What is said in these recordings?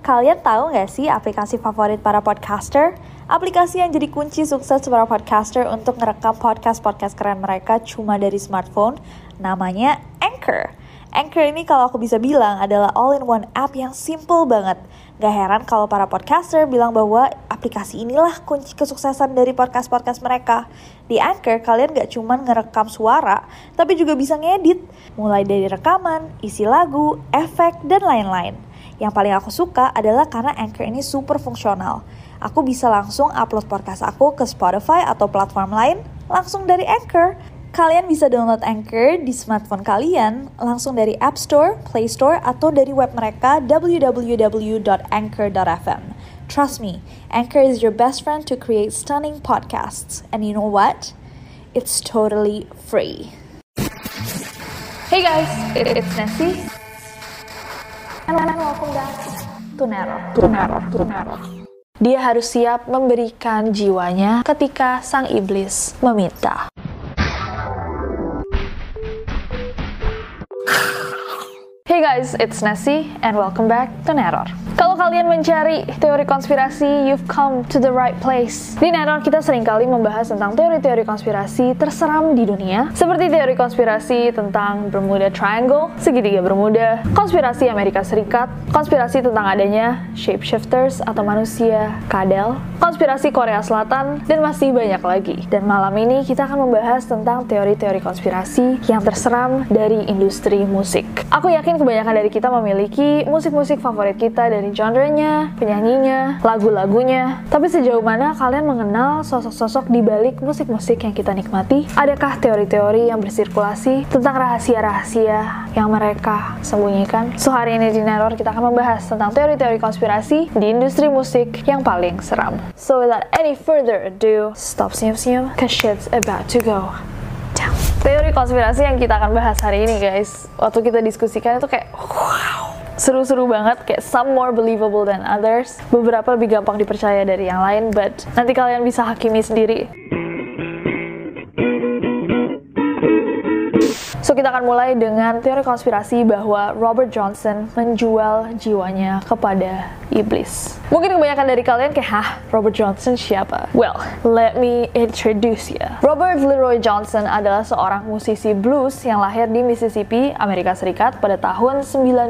Kalian tahu nggak sih aplikasi favorit para podcaster? Aplikasi yang jadi kunci sukses para podcaster untuk ngerekam podcast-podcast keren mereka cuma dari smartphone, namanya Anchor. Anchor ini kalau aku bisa bilang adalah all-in-one app yang simple banget. Gak heran kalau para podcaster bilang bahwa aplikasi inilah kunci kesuksesan dari podcast-podcast mereka. Di Anchor, kalian gak cuma ngerekam suara, tapi juga bisa ngedit. Mulai dari rekaman, isi lagu, efek, dan lain-lain. Yang paling aku suka adalah karena Anchor ini super fungsional. Aku bisa langsung upload podcast aku ke Spotify atau platform lain langsung dari Anchor. Kalian bisa download Anchor di smartphone kalian langsung dari App Store, Play Store, atau dari web mereka www.anchor.fm. Trust me, Anchor is your best friend to create stunning podcasts. And you know what? It's totally free. Hey guys, it's Nessie. And welcome back to Neror. Dia harus siap memberikan jiwanya ketika sang iblis meminta. Hey guys, it's Nessie and welcome back to Neror. Kalau kalian mencari teori konspirasi, you've come to the right place. Di Neror kita seringkali membahas tentang teori-teori konspirasi terseram di dunia, seperti teori konspirasi tentang Bermuda Triangle, segitiga Bermuda, konspirasi Amerika Serikat, konspirasi tentang adanya shapeshifters atau manusia kadal, konspirasi Korea Selatan, dan masih banyak lagi. Dan malam ini kita akan membahas tentang teori-teori konspirasi yang terseram dari industri musik. Aku yakin kebanyakan dari kita memiliki musik-musik favorit kita dari genre-nya, penyanyinya, lagu-lagunya. Tapi sejauh mana kalian mengenal sosok-sosok di balik musik-musik yang kita nikmati? Adakah teori-teori yang bersirkulasi tentang rahasia-rahasia yang mereka sembunyikan? So hari ini di Neror kita akan membahas tentang teori-teori konspirasi di industri musik yang paling seram. So without any further ado, stop senyum-senyum, cause shit's about to go down. Teori konspirasi yang kita akan bahas hari ini guys, waktu kita diskusikan itu kayak wow, seru-seru banget, kayak some more believable than others. Beberapa lebih gampang dipercaya dari yang lain, but nanti kalian bisa hakimi sendiri. So kita akan mulai dengan teori konspirasi bahwa Robert Johnson menjual jiwanya kepada iblis. Mungkin kebanyakan dari kalian kayak, hah, Robert Johnson siapa? Well, let me introduce you. Robert Leroy Johnson adalah seorang musisi blues yang lahir di Mississippi, Amerika Serikat pada tahun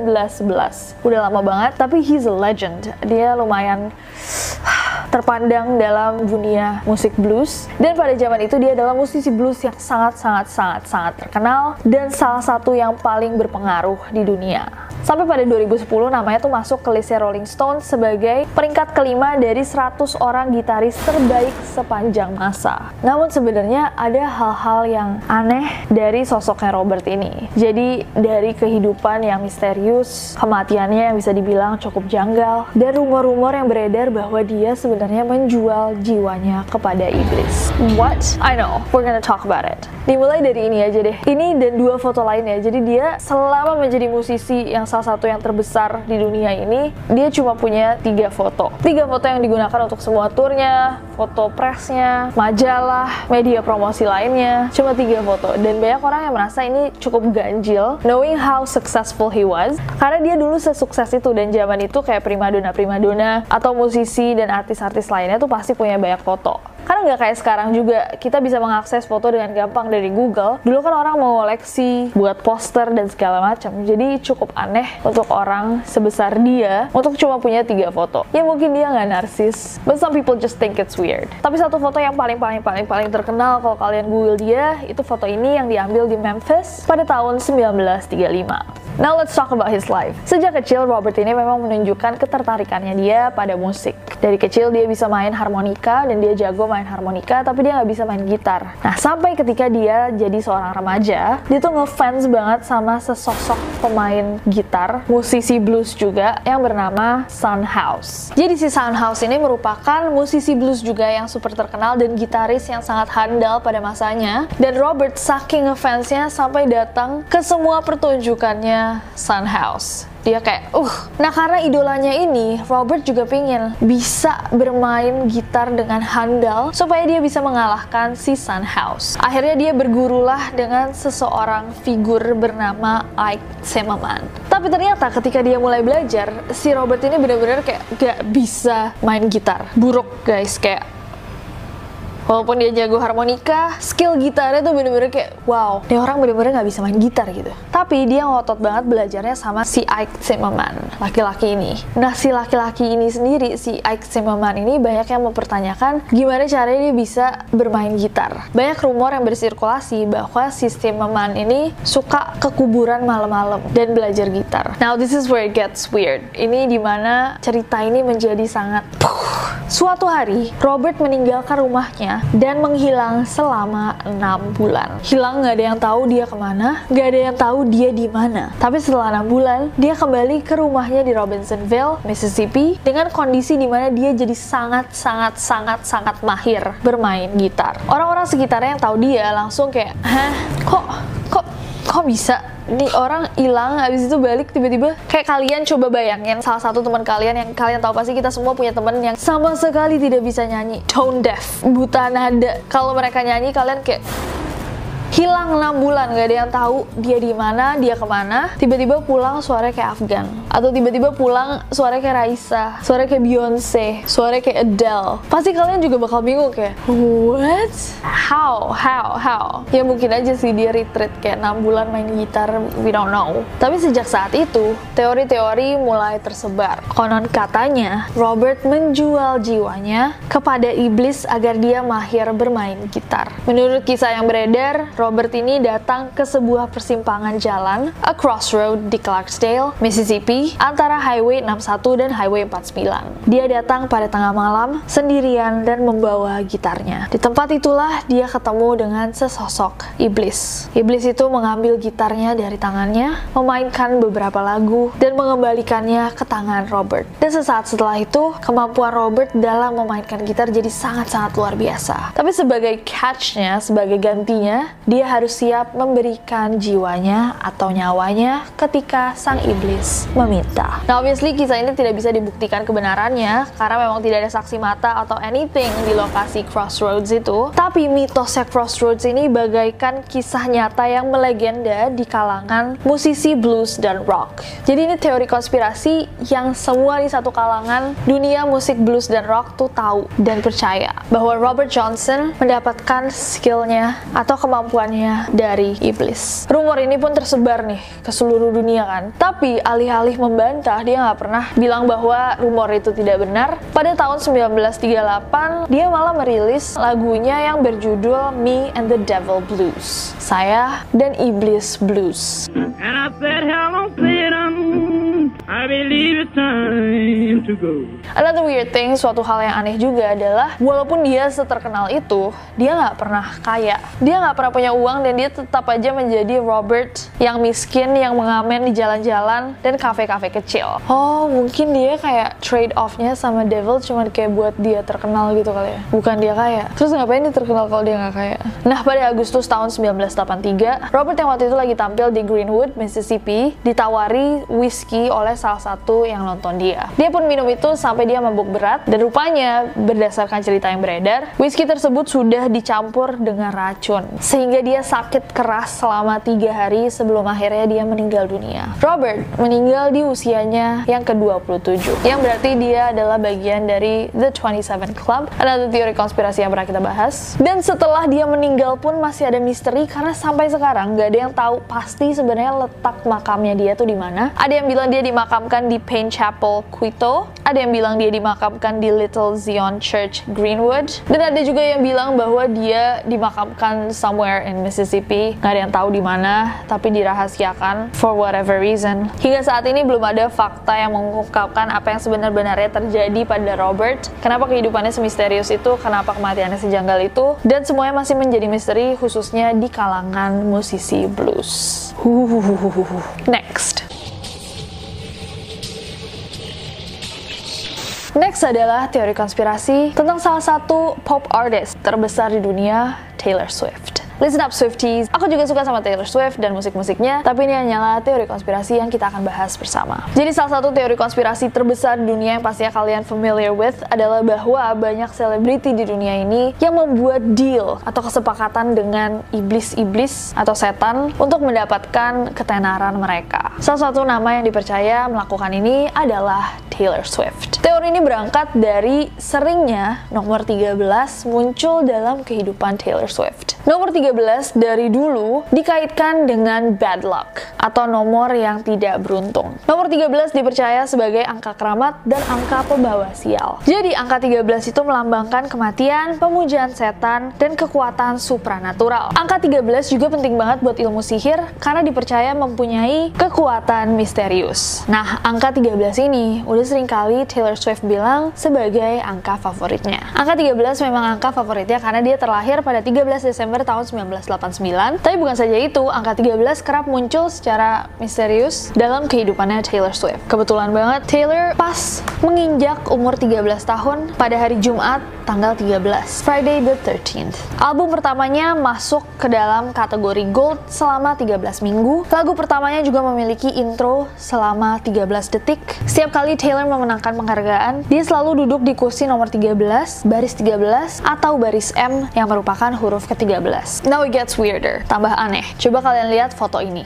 1911. Udah lama banget, tapi he's a legend. Dia lumayan terpandang dalam dunia musik blues, dan pada zaman itu dia adalah musisi blues yang sangat terkenal dan salah satu yang paling berpengaruh di dunia. Sampai pada 2010 namanya tuh masuk ke listnya Rolling Stone sebagai peringkat kelima dari 100 orang gitaris terbaik sepanjang masa. Namun sebenarnya ada hal-hal yang aneh dari sosoknya Robert ini. Jadi dari kehidupan yang misterius, kematiannya yang bisa dibilang cukup janggal, dan rumor-rumor yang beredar bahwa dia sebenarnya menjual jiwanya kepada iblis. What? I know, we're gonna talk about it. Dimulai dari ini aja deh. Ini dan 2 foto lainnya. Jadi dia selama menjadi musisi yang salah satu yang terbesar di dunia ini, dia cuma punya 3 foto. 3 foto yang digunakan untuk semua turnya, foto presnya, majalah, media promosi lainnya. Cuma 3 foto. Dan banyak orang yang merasa ini cukup ganjil, knowing how successful he was. Karena dia dulu sesukses itu, dan zaman itu kayak primadona atau musisi dan artis-artis lainnya tuh pasti punya banyak foto. Karena nggak kayak sekarang juga, kita bisa mengakses foto dengan gampang dari Google. Dulu kan orang mau koleksi, buat poster dan segala macam. Jadi cukup aneh untuk orang sebesar dia untuk cuma punya 3 foto. Ya mungkin dia nggak narsis, but some people just think it's weird. Tapi satu foto yang paling terkenal kalau kalian Google dia, itu foto ini yang diambil di Memphis pada tahun 1935. Now let's talk about his life. Sejak kecil, Robert ini memang menunjukkan ketertarikannya dia pada musik. Dari kecil dia bisa main harmonika dan dia jago main harmonika, tapi dia nggak bisa main gitar. Nah, sampai ketika dia jadi seorang remaja, dia tuh ngefans banget sama sesosok pemain gitar, musisi blues juga, yang bernama Son House. Jadi si Son House ini merupakan musisi blues juga yang super terkenal dan gitaris yang sangat handal pada masanya. Dan Robert saking ngefansnya sampai datang ke semua pertunjukannya Son House. Dia kayak, Nah karena idolanya ini, Robert juga pengen bisa bermain gitar dengan handal supaya dia bisa mengalahkan si Son House. Akhirnya dia bergurulah dengan seseorang figur bernama Ike Zimmerman. Tapi ternyata ketika dia mulai belajar, si Robert ini benar-benar kayak gak bisa main gitar. Buruk guys, kayak walaupun dia jago harmonika, skill gitarnya tuh bener-bener kayak wow, dia orang bener-bener gak bisa main gitar gitu. Tapi dia ngotot banget belajarnya sama si Ike Zimmerman, laki-laki ini. Nah si laki-laki ini sendiri, si Ike Zimmerman ini banyak yang mempertanyakan gimana caranya dia bisa bermain gitar. Banyak rumor yang bersirkulasi bahwa si Zimmerman ini suka ke kuburan malam-malam dan belajar gitar. Now this is where it gets weird. Ini dimana cerita ini menjadi sangat Suatu hari, Robert meninggalkan rumahnya dan menghilang selama 6 bulan. Hilang, nggak ada yang tahu dia kemana, nggak ada yang tahu dia di mana. Tapi setelah 6 bulan, dia kembali ke rumahnya di Robinsonville, Mississippi, dengan kondisi di mana dia jadi sangat mahir bermain gitar. Orang-orang sekitarnya yang tahu dia langsung kayak, kok bisa? Ini orang hilang, habis itu balik tiba-tiba. Kayak kalian coba bayangin salah satu teman kalian yang kalian tahu, pasti kita semua punya teman yang sama sekali tidak bisa nyanyi, tone deaf, buta nada. Kalau mereka nyanyi kalian kayak hilang 6 bulan, gak ada yang tahu dia di mana, dia kemana. Tiba-tiba pulang suaranya kayak Afgan, atau tiba-tiba pulang suaranya kayak Raisa, suaranya kayak Beyonce, suaranya kayak Adele. Pasti kalian juga bakal bingung kayak what? How? Ya mungkin aja sih dia retreat kayak 6 bulan main gitar, we don't know. Tapi sejak saat itu teori-teori mulai tersebar. Konon katanya Robert menjual jiwanya kepada iblis agar dia mahir bermain gitar. Menurut kisah yang beredar, Robert ini datang ke sebuah persimpangan jalan, a crossroad di Clarksdale, Mississippi, antara Highway 61 dan Highway 49. Dia datang pada tengah malam, sendirian dan membawa gitarnya. Di tempat itulah dia ketemu dengan sesosok iblis. Iblis itu mengambil gitarnya dari tangannya, memainkan beberapa lagu, dan mengembalikannya ke tangan Robert. Dan sesaat setelah itu, kemampuan Robert dalam memainkan gitar jadi sangat-sangat luar biasa. Tapi sebagai catch-nya, sebagai gantinya, dia harus siap memberikan jiwanya atau nyawanya ketika sang iblis meminta. Nah, obviously kisah ini tidak bisa dibuktikan kebenarannya karena memang tidak ada saksi mata atau anything di lokasi Crossroads itu. Tapi mitosnya Crossroads ini bagaikan kisah nyata yang melegenda di kalangan musisi blues dan rock. Jadi ini teori konspirasi yang semua di satu kalangan dunia musik blues dan rock tuh tahu dan percaya bahwa Robert Johnson mendapatkan skillnya atau kemampuannya dari iblis. Rumor ini pun tersebar nih ke seluruh dunia kan. Tapi alih-alih membantah, dia nggak pernah bilang bahwa rumor itu tidak benar. Pada tahun 1938, dia malah merilis lagunya yang berjudul Me and the Devil Blues. Saya dan Iblis Blues. And I said, hello, Satan. I believe it's time to go. Another weird thing, suatu hal yang aneh juga adalah walaupun dia seterkenal itu, dia nggak pernah kaya. Dia nggak pernah punya uang dan dia tetap aja menjadi Robert yang miskin, yang mengamen di jalan-jalan dan kafe-kafe kecil. Oh, mungkin dia kayak trade off-nya sama Devil cuma kayak buat dia terkenal gitu kali ya. Bukan dia kaya. Terus ngapain dia terkenal kalau dia nggak kaya? Nah, pada Agustus tahun 1983, Robert yang waktu itu lagi tampil di Greenwood, Mississippi, ditawari whiskey oleh salah satu yang nonton dia. Dia pun minum itu sampai dia mabuk berat, dan rupanya berdasarkan cerita yang beredar, whiskey tersebut sudah dicampur dengan racun, sehingga dia sakit keras selama 3 hari sebelum akhirnya dia meninggal dunia. Robert meninggal di usianya yang ke-27, yang berarti dia adalah bagian dari The 27 Club, ada teori konspirasi yang pernah kita bahas. Dan setelah dia meninggal pun masih ada misteri karena sampai sekarang nggak ada yang tahu pasti sebenarnya letak makamnya dia tuh di mana. Ada yang bilang dia dimakamkan di Payne Chapel, Quito. Ada yang bilang dia dimakamkan di Little Zion Church, Greenwood. Dan ada juga yang bilang bahwa dia dimakamkan somewhere in Mississippi. Nggak ada yang tahu di mana, tapi dirahasiakan for whatever reason. Hingga saat ini belum ada fakta yang mengungkapkan apa yang sebenarnya terjadi pada Robert. Kenapa kehidupannya semisterius itu, kenapa kematiannya sejanggal itu, dan semuanya masih menjadi misteri khususnya di kalangan musisi blues. Next adalah teori konspirasi tentang salah satu pop artist terbesar di dunia, Taylor Swift. Listen up Swifties, aku juga suka sama Taylor Swift dan musik-musiknya, tapi ini hanyalah teori konspirasi yang kita akan bahas bersama. Jadi salah satu teori konspirasi terbesar di dunia yang pastinya kalian familiar with adalah bahwa banyak selebriti di dunia ini yang membuat deal atau kesepakatan dengan iblis-iblis atau setan untuk mendapatkan ketenaran mereka. Salah satu nama yang dipercaya melakukan ini adalah Taylor Swift. Teori ini berangkat dari seringnya nomor 13 muncul dalam kehidupan Taylor Swift. Nomor 13 dari dulu dikaitkan dengan bad luck atau nomor yang tidak beruntung. Nomor 13 dipercaya sebagai angka keramat dan angka pembawa sial. Jadi angka 13 itu melambangkan kematian, pemujaan setan, dan kekuatan supranatural. Angka 13 juga penting banget buat ilmu sihir karena dipercaya mempunyai kekuatan misterius. Nah, angka 13 ini udah sering kali Taylor Swift bilang sebagai angka favoritnya. Angka 13 memang angka favoritnya karena dia terlahir pada 13 Desember tahun 1989. Tapi bukan saja itu, angka 13 kerap muncul secara misterius dalam kehidupannya Taylor Swift. Kebetulan banget Taylor pas menginjak umur 13 tahun pada hari Jumat tanggal 13, Friday the 13th. Album pertamanya masuk ke dalam kategori Gold selama 13 minggu. Lagu pertamanya juga memiliki intro selama 13 detik. Setiap kali Taylor memenangkan penghargaan, dia selalu duduk di kursi nomor 13, baris 13, atau baris M yang merupakan huruf ke-13. Now it gets weirder, tambah aneh. Coba kalian lihat foto ini.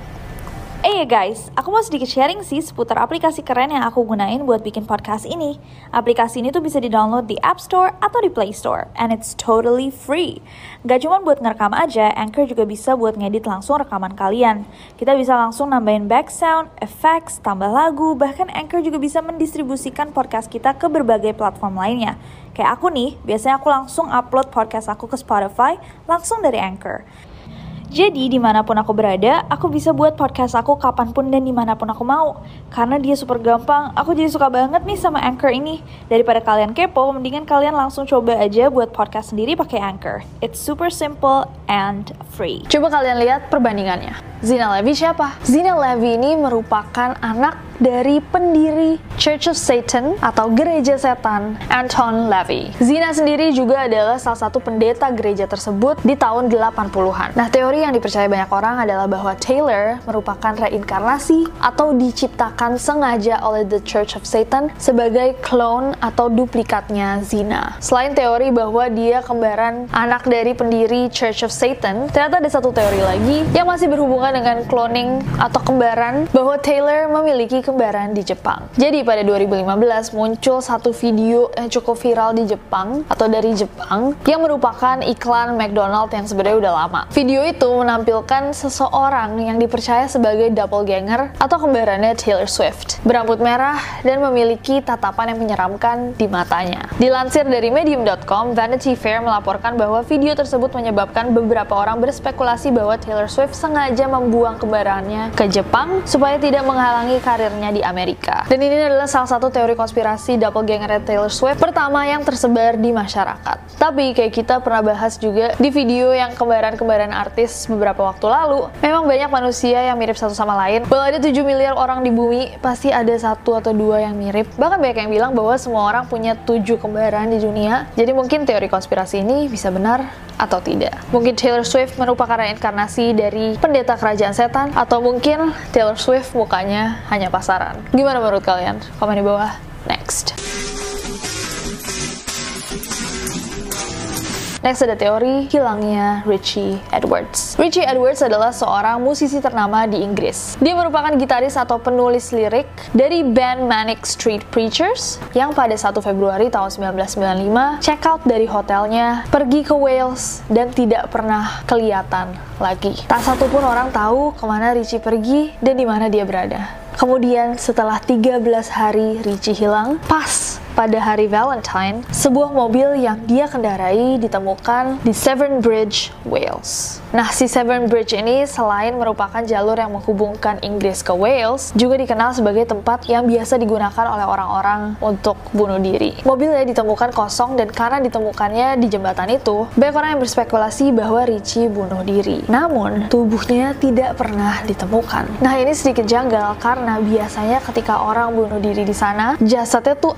Ya guys, aku mau sedikit sharing sih seputar aplikasi keren yang aku gunain buat bikin podcast ini. Aplikasi ini tuh bisa di-download di App Store atau di Play Store, and it's totally free. Gak cuma buat ngerekam aja, Anchor juga bisa buat ngedit langsung rekaman kalian. Kita bisa langsung nambahin back sound, effects, tambah lagu, bahkan Anchor juga bisa mendistribusikan podcast kita ke berbagai platform lainnya. Kayak aku nih, biasanya aku langsung upload podcast aku ke Spotify langsung dari Anchor. Jadi dimanapun aku berada, aku bisa buat podcast aku kapanpun dan dimanapun aku mau. Karena dia super gampang, aku jadi suka banget nih sama Anchor ini. Daripada kalian kepo, mendingan kalian langsung coba aja buat podcast sendiri pakai Anchor. It's super simple and free. Coba kalian lihat perbandingannya. Zina Levy siapa? Zina Levy ini merupakan anak dari pendiri Church of Satan atau Gereja Setan, Anton Lavey. Zina sendiri juga adalah salah satu pendeta gereja tersebut di tahun 80-an. Nah, teori yang dipercaya banyak orang adalah bahwa Taylor merupakan reinkarnasi atau diciptakan sengaja oleh The Church of Satan sebagai clone atau duplikatnya Zina. Selain teori bahwa dia kembaran anak dari pendiri Church of Satan, ternyata ada satu teori lagi yang masih berhubungan dengan cloning atau kembaran, bahwa Taylor memiliki kembaran di Jepang. Jadi pada 2015 muncul satu video yang cukup viral di Jepang atau dari Jepang yang merupakan iklan McDonald yang sebenarnya udah lama. Video itu menampilkan seseorang yang dipercaya sebagai doppelganger atau kembarannya Taylor Swift, berambut merah dan memiliki tatapan yang menyeramkan di matanya. Dilansir dari medium.com, Vanity Fair melaporkan bahwa video tersebut menyebabkan beberapa orang berspekulasi bahwa Taylor Swift sengaja membuang kembarannya ke Jepang supaya tidak menghalangi karirnya di Amerika. Dan ini adalah salah satu teori konspirasi doppelganger Taylor Swift pertama yang tersebar di masyarakat. Tapi kayak kita pernah bahas juga di video yang kembaran-kembaran artis beberapa waktu lalu, memang banyak manusia yang mirip satu sama lain. Kalau ada 7 miliar orang di bumi, pasti ada 1 atau 2 yang mirip. Bahkan banyak yang bilang bahwa semua orang punya 7 kembaran di dunia. Jadi mungkin teori konspirasi ini bisa benar atau tidak. Mungkin Taylor Swift merupakan reinkarnasi dari pendeta kerajaan setan, atau mungkin Taylor Swift mukanya hanya pasaran. Gimana menurut kalian? Komen di bawah. Next. Next ada teori hilangnya Richie Edwards. Richie Edwards adalah seorang musisi ternama di Inggris. Dia merupakan gitaris atau penulis lirik dari band Manic Street Preachers yang pada 1 Februari tahun 1995 check out dari hotelnya, pergi ke Wales, dan tidak pernah kelihatan lagi. Tak satu pun orang tahu kemana Richie pergi dan di mana dia berada. Kemudian setelah 13 hari Richie hilang, pas pada hari Valentine, sebuah mobil yang dia kendarai ditemukan di Severn Bridge, Wales. Nah, si Severn Bridge ini selain merupakan jalur yang menghubungkan Inggris ke Wales, juga dikenal sebagai tempat yang biasa digunakan oleh orang-orang untuk bunuh diri. Mobilnya ditemukan kosong, dan karena ditemukannya di jembatan itu, banyak orang yang berspekulasi bahwa Richie bunuh diri. Namun, tubuhnya tidak pernah ditemukan. Nah, ini sedikit janggal karena biasanya ketika orang bunuh diri di sana, jasadnya tuh ada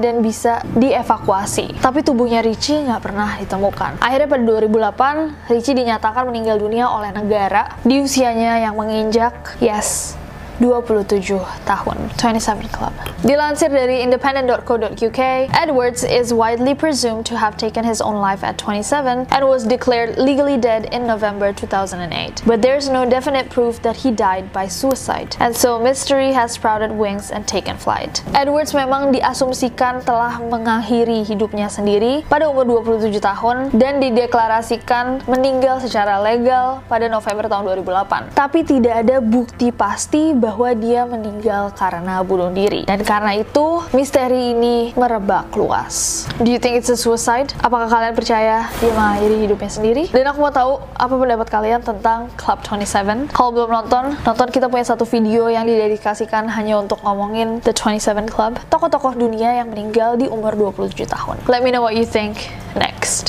dan bisa dievakuasi. Tapi tubuhnya Richie nggak pernah ditemukan. Akhirnya pada 2008, Richie dinyatakan meninggal dunia oleh negara di usianya yang menginjak, 27 tahun. 27 Club. Dilansir dari independent.co.uk, Edwards is widely presumed to have taken his own life at 27 and was declared legally dead in November 2008. But there's no definite proof that he died by suicide, and so mystery has sprouted wings and taken flight. Edwards memang diasumsikan telah mengakhiri hidupnya sendiri pada umur 27 tahun dan dideklarasikan meninggal secara legal pada November tahun 2008. Tapi tidak ada bukti pasti bahwa dia meninggal karena bunuh diri. Dan karena itu, misteri ini merebak luas. Do you think it's a suicide? Apakah kalian percaya dia mengakhiri hidupnya sendiri? Dan aku mau tahu apa pendapat kalian tentang Club 27. Kalau belum nonton, kita punya satu video yang didedikasikan hanya untuk ngomongin The 27 Club, tokoh-tokoh dunia yang meninggal di umur 27 tahun. Let me know what you think next.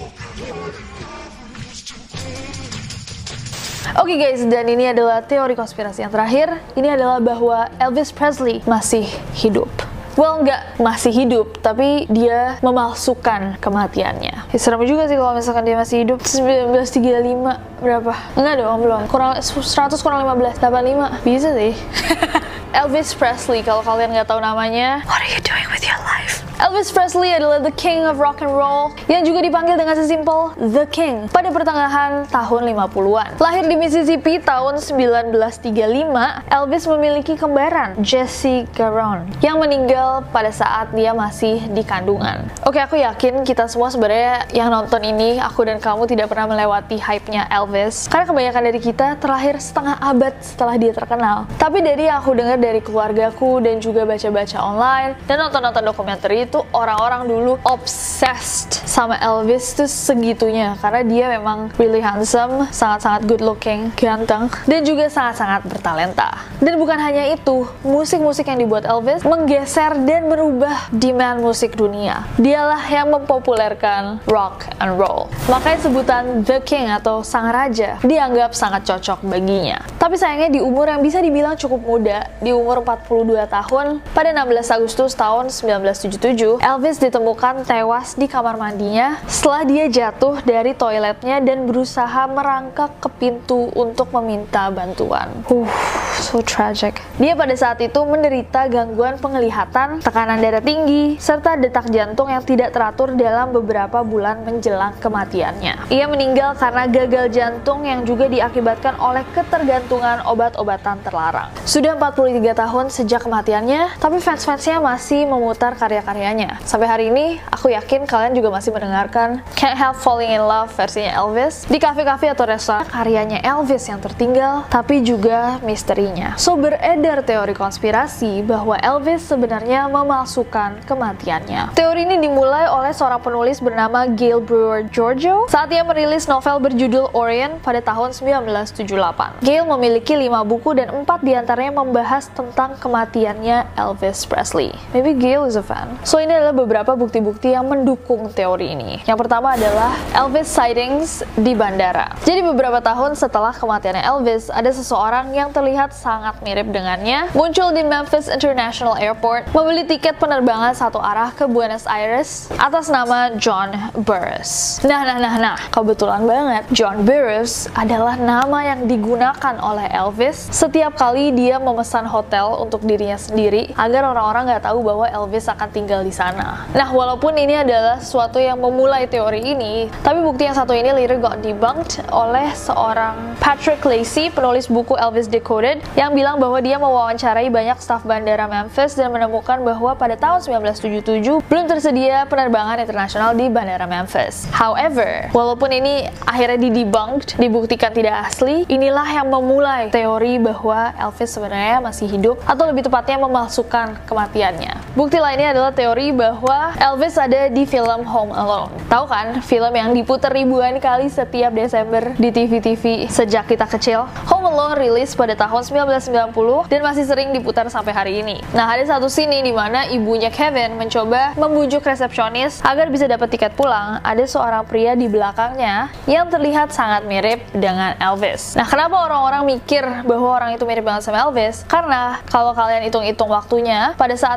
Oke guys, dan ini adalah teori konspirasi yang terakhir. Ini adalah bahwa Elvis Presley masih hidup. Well, nggak masih hidup, tapi dia memalsukan kematiannya. Ya, serem juga sih kalau misalkan dia masih hidup. 1935 berapa? Enggak dong, belum. Kurang 100 kurang 15, 85. Bisa sih. Elvis Presley, kalau kalian nggak tahu namanya, what are you doing with your life? Elvis Presley adalah the king of rock and roll yang juga dipanggil dengan sesimpel The King pada pertengahan tahun 50-an. Lahir di Mississippi tahun 1935, Elvis memiliki kembaran, Jesse Garon, yang meninggal pada saat dia masih di kandungan. Oke, aku yakin kita semua sebenarnya yang nonton ini, aku dan kamu tidak pernah melewati hype-nya Elvis, karena kebanyakan dari kita terlahir setengah abad setelah dia terkenal. Tapi dari yang aku dengar dari keluargaku dan juga baca-baca online dan nonton-nonton dokumenter itu, orang-orang dulu obsessed sama Elvis tuh segitunya karena dia memang really handsome, sangat-sangat good looking, ganteng, dan juga sangat-sangat bertalenta. Dan bukan hanya itu, musik-musik yang dibuat Elvis menggeser dan merubah demand musik dunia. Dialah yang mempopulerkan rock and roll. Makanya sebutan The King atau Sang Raja dianggap sangat cocok baginya. Tapi sayangnya di umur yang bisa dibilang cukup muda, di umur 42 tahun, pada 16 Agustus tahun 1977, Elvis ditemukan tewas di kamar mandinya setelah dia jatuh dari toiletnya dan berusaha merangkak ke pintu untuk meminta bantuan. So tragic. Dia pada saat itu menderita gangguan penglihatan, tekanan darah tinggi, serta detak jantung yang tidak teratur dalam beberapa bulan menjelang kematiannya. Ia meninggal karena gagal jantung yang juga diakibatkan oleh ketergantungan obat-obatan terlarang. Sudah 43 tahun sejak kematiannya, tapi fans-fansnya masih memutar karya-karyanya. Sampai hari ini, aku yakin kalian juga masih mendengarkan Can't Help Falling in Love versinya Elvis di kafe-kafe atau restoran. Karyanya Elvis yang tertinggal, tapi juga misterinya. So, beredar teori konspirasi bahwa Elvis sebenarnya memalsukan kematiannya. Teori ini dimulai oleh seorang penulis bernama Gail Brewer Giorgio saat ia merilis novel berjudul Orion pada tahun 1978. Gail memiliki 5 buku dan 4 diantaranya membahas tentang kematiannya Elvis Presley. Maybe Gail is a fan. So, ini adalah beberapa bukti-bukti yang mendukung teori ini. Yang pertama adalah Elvis sightings di bandara. Jadi beberapa tahun setelah kematiannya Elvis, ada seseorang yang terlihat sangat mirip dengannya muncul di Memphis International Airport, membeli tiket penerbangan satu arah ke Buenos Aires atas nama John Burroughs. Nah, kebetulan banget John Burroughs adalah nama yang digunakan oleh Elvis setiap kali dia memesan hotel untuk dirinya sendiri agar orang-orang nggak tahu bahwa Elvis akan tinggal di sana. Nah, walaupun ini adalah sesuatu yang memulai teori ini, tapi bukti yang satu ini later got debunked oleh seorang Patrick Lacey, penulis buku Elvis Decoded, yang bilang bahwa dia mewawancarai banyak staf bandara Memphis dan menemukan bahwa pada tahun 1977 belum tersedia penerbangan internasional di bandara Memphis. However, walaupun ini akhirnya didebunked, dibuktikan tidak asli, inilah yang memulai teori bahwa Elvis sebenarnya masih hidup atau lebih tepatnya memalsukan kematiannya. Bukti lainnya adalah teori bahwa Elvis ada di film Home Alone. Tahu kan, film yang diputar ribuan kali setiap Desember di TV-TV sejak kita kecil. Home Alone rilis pada tahun 1990 dan masih sering diputar sampai hari ini. Nah, ada satu scene di mana ibunya Kevin mencoba membujuk resepsionis agar bisa dapat tiket pulang. Ada seorang pria di belakangnya yang terlihat sangat mirip dengan Elvis. Nah, kenapa orang-orang mikir bahwa orang itu mirip banget sama Elvis? Karena kalau kalian hitung-hitung waktunya, pada saat itu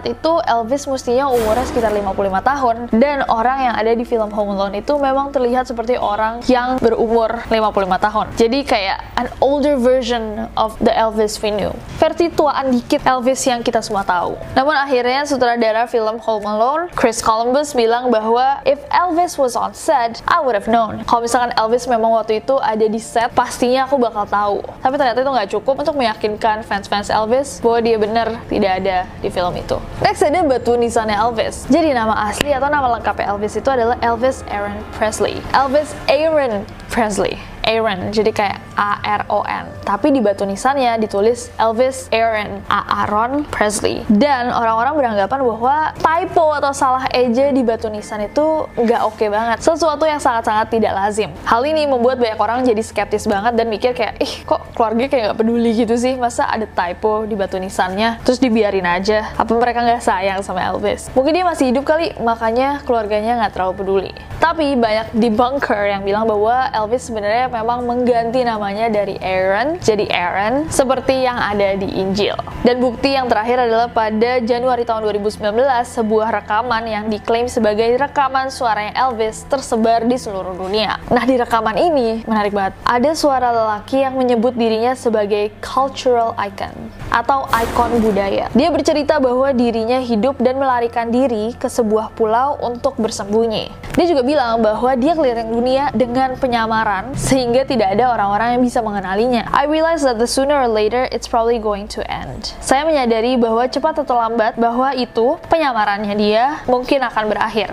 Elvis mestinya umurnya sekitar 55 tahun dan orang yang ada di film Home Alone itu memang terlihat seperti orang yang berumur 55 tahun. Jadi kayak an older version of the Elvis we knew. Versi tuaan dikit Elvis yang kita semua tahu. Namun akhirnya sutradara film Home Alone, Chris Columbus, bilang bahwa if Elvis was on set, I would have known. Kalau misalkan Elvis memang waktu itu ada di set, pastinya aku bakal tahu. Tapi ternyata itu nggak cukup untuk meyakinkan fans-fans Elvis bahwa dia benar tidak ada di film itu. Next ada batu nisannya Elvis. Jadi nama asli atau nama lengkapnya Elvis itu adalah Elvis Aaron Presley. Elvis Aaron Presley. Aaron, jadi kayak A-R-O-N. Tapi di batu nisannya ditulis Elvis Aaron, Aaron Presley. Dan orang-orang beranggapan bahwa typo atau salah eja di batu nisan itu nggak oke banget. Sesuatu yang sangat-sangat tidak lazim. Hal ini membuat banyak orang jadi skeptis banget dan mikir kayak, kok keluarga kayak nggak peduli gitu sih? Masa ada typo di batu nisannya? Terus dibiarin aja? Apa mereka nggak sayang sama Elvis? Mungkin dia masih hidup kali, makanya keluarganya nggak terlalu peduli. Tapi banyak debunker yang bilang bahwa Elvis sebenarnya memang mengganti namanya dari Aaron jadi Aaron seperti yang ada di Injil. Dan bukti yang terakhir adalah pada Januari tahun 2019 sebuah rekaman yang diklaim sebagai rekaman suaranya Elvis tersebar di seluruh dunia. Nah, di rekaman ini menarik banget. Ada suara lelaki yang menyebut dirinya sebagai cultural icon atau ikon budaya. Dia bercerita bahwa dirinya hidup dan melarikan diri ke sebuah pulau untuk bersembunyi. Dia juga bilang bahwa dia keliling dunia dengan penyamaran sehingga tidak ada orang-orang yang bisa mengenalinya. I realize that the sooner or later it's probably going to end. Saya menyadari bahwa cepat atau lambat bahwa itu penyamarannya dia mungkin akan berakhir.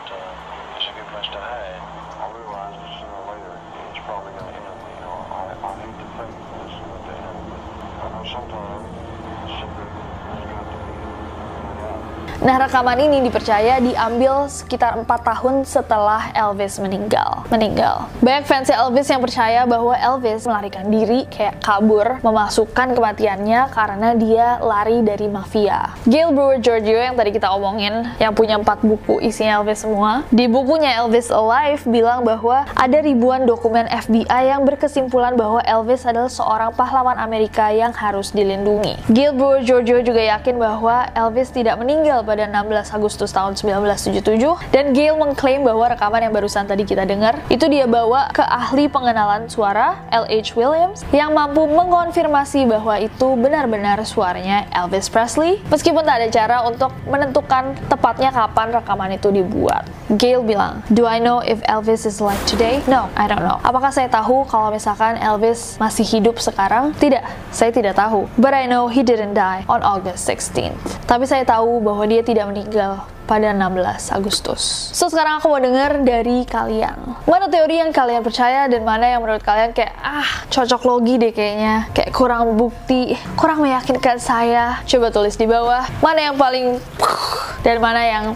Nah, rekaman ini dipercaya diambil sekitar 4 tahun setelah Elvis meninggal. Banyak fans Elvis yang percaya bahwa Elvis melarikan diri, kayak kabur, memasukkan kematiannya karena dia lari dari mafia. Gail Brewer Giorgio yang tadi kita omongin, yang punya 4 buku isinya Elvis semua, di bukunya Elvis Alive bilang bahwa ada ribuan dokumen FBI yang berkesimpulan bahwa Elvis adalah seorang pahlawan Amerika yang harus dilindungi. Gail Brewer Giorgio juga yakin bahwa Elvis tidak meninggal pada 16 Agustus tahun 1977 dan Gail mengklaim bahwa rekaman yang barusan tadi kita dengar itu dia bawa ke ahli pengenalan suara L.H. Williams yang mampu mengonfirmasi bahwa itu benar-benar suaranya Elvis Presley meskipun tak ada cara untuk menentukan tepatnya kapan rekaman itu dibuat. Gail bilang, "Do I know if Elvis is alive today? No, I don't know." Apakah saya tahu kalau misalkan Elvis masih hidup sekarang? Tidak, saya tidak tahu. But I know he didn't die on August 16th. Tapi saya tahu bahwa dia tidak meninggal pada 16 Agustus. So, sekarang aku mau dengar dari kalian. Mana teori yang kalian percaya dan mana yang menurut kalian kayak, cocok logi deh kayaknya. Kayak kurang bukti, kurang meyakinkan saya. Coba tulis di bawah. Mana yang paling dan mana yang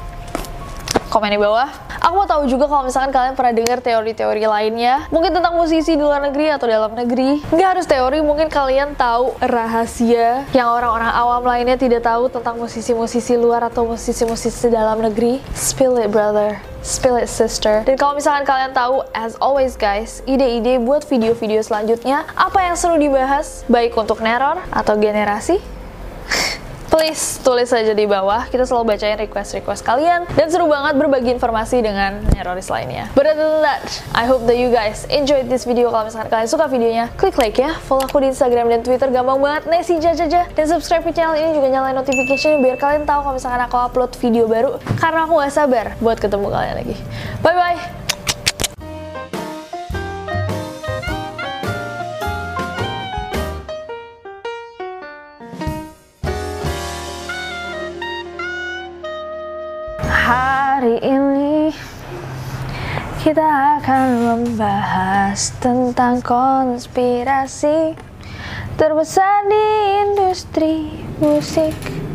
komen di bawah. Aku mau tahu juga kalau misalkan kalian pernah dengar teori-teori lainnya, mungkin tentang musisi di luar negeri atau dalam negeri. Nggak harus teori, mungkin kalian tahu rahasia yang orang-orang awam lainnya tidak tahu tentang musisi-musisi luar atau musisi-musisi dalam negeri. Spill it, brother. Spill it, sister. Dan kalau misalkan kalian tahu, as always guys, ide-ide buat video-video selanjutnya, apa yang seru dibahas, baik untuk neror atau generasi, please tulis aja di bawah. Kita selalu bacain request-request kalian dan seru banget berbagi informasi dengan neroris lainnya. But other than that, I hope that you guys enjoyed this video. Kalau misalkan kalian suka videonya, klik like ya. Follow aku di Instagram dan Twitter, gampang banget, Nesi Jajaja. Dan subscribe ke channel ini, juga nyalain notification biar kalian tahu kalau misalkan aku upload video baru. Karena aku gak sabar buat ketemu kalian lagi. Bye-bye! Hari ini kita akan membahas tentang konspirasi terbesar di industri musik.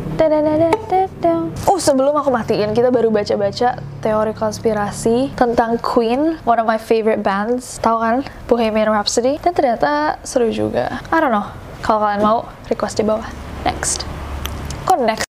Sebelum aku matiin, kita baru baca-baca teori konspirasi tentang Queen, one of my favorite bands. Tahu kan? Bohemian Rhapsody. Dan ternyata seru juga. I don't know. Kalau kalian mau, request di bawah. Next. Kok next?